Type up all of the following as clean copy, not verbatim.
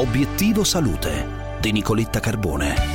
Obiettivo Salute di Nicoletta Carbone.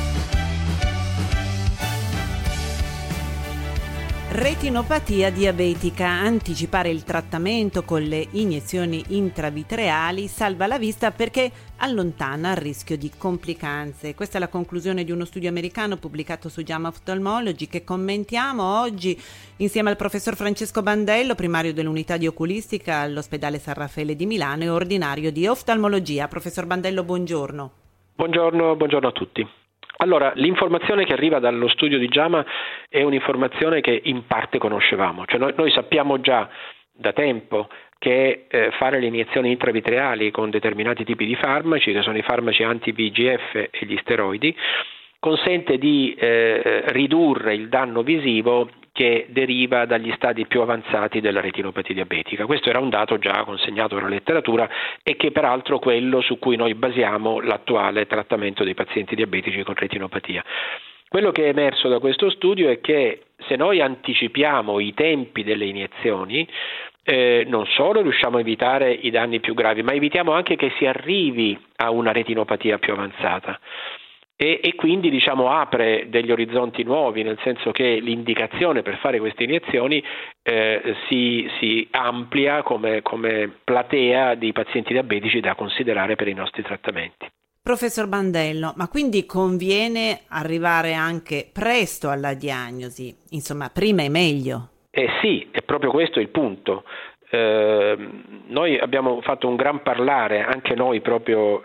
Retinopatia diabetica. Anticipare il trattamento con le iniezioni intravitreali salva la vista perché allontana il rischio di complicanze. Questa è la conclusione di uno studio americano pubblicato su JAMA Ophthalmology che commentiamo oggi insieme al professor Francesco Bandello, primario dell'unità di oculistica all'ospedale San Raffaele di Milano e ordinario di oftalmologia. Professor Bandello, buongiorno. Buongiorno a tutti. Allora, l'informazione che arriva dallo studio di JAMA è un'informazione che in parte conoscevamo, cioè noi sappiamo già da tempo che fare le iniezioni intravitreali con determinati tipi di farmaci, che sono i farmaci anti-VEGF e gli steroidi, consente di ridurre il danno visivo che deriva dagli stadi più avanzati della retinopatia diabetica. Questo era un dato già consegnato dalla letteratura e che peraltro è quello su cui noi basiamo l'attuale trattamento dei pazienti diabetici con retinopatia. Quello che è emerso da questo studio è che se noi anticipiamo i tempi delle iniezioni, non solo riusciamo a evitare i danni più gravi, ma evitiamo anche che si arrivi a una retinopatia più avanzata. E quindi apre degli orizzonti nuovi, nel senso che l'indicazione per fare queste iniezioni si amplia come platea di pazienti diabetici da considerare per i nostri trattamenti. Professor Bandello, ma quindi conviene arrivare anche presto alla diagnosi? Insomma, prima è meglio. Sì, è proprio questo il punto. Noi abbiamo fatto un gran parlare, anche noi proprio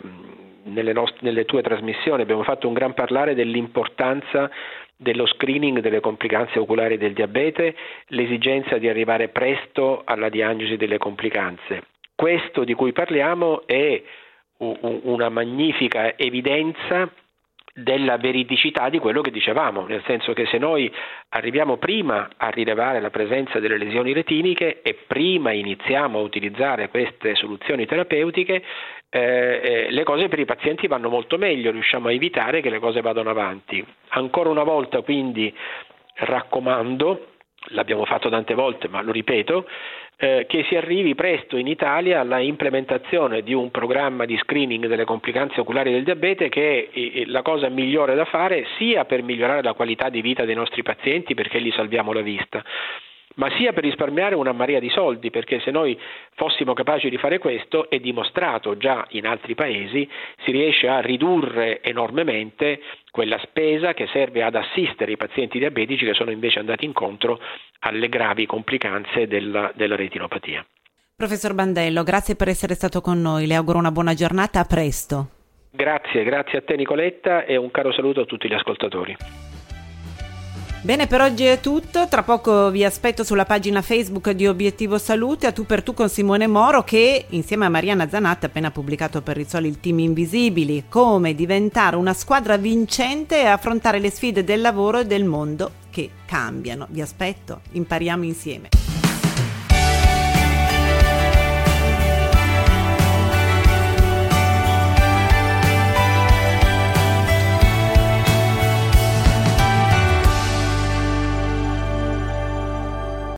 nelle tue trasmissioni abbiamo fatto un gran parlare dell'importanza dello screening delle complicanze oculari del diabete, l'esigenza di arrivare presto alla diagnosi delle complicanze. Questo di cui parliamo è una magnifica evidenza della veridicità di quello che dicevamo, nel senso che se noi arriviamo prima a rilevare la presenza delle lesioni retiniche e prima iniziamo a utilizzare queste soluzioni terapeutiche, le cose per i pazienti vanno molto meglio, riusciamo a evitare che le cose vadano avanti. Ancora una volta quindi raccomando, l'abbiamo fatto tante volte ma lo ripeto, che si arrivi presto in Italia alla implementazione di un programma di screening delle complicanze oculari del diabete, che è la cosa migliore da fare sia per migliorare la qualità di vita dei nostri pazienti perché gli salviamo la vista, ma sia per risparmiare una marea di soldi, perché se noi fossimo capaci di fare questo, è dimostrato già in altri paesi, si riesce a ridurre enormemente quella spesa che serve ad assistere i pazienti diabetici che sono invece andati incontro alle gravi complicanze della retinopatia. Professor Bandello, grazie per essere stato con noi, le auguro una buona giornata, a presto. Grazie a te Nicoletta e un caro saluto a tutti gli ascoltatori. Bene, per oggi è tutto, tra poco vi aspetto sulla pagina Facebook di Obiettivo Salute a tu per tu con Simone Moro, che insieme a Mariana Zanatta ha appena pubblicato per Rizzoli il Team Invisibili, come diventare una squadra vincente e affrontare le sfide del lavoro e del mondo che cambiano. Vi aspetto, impariamo insieme.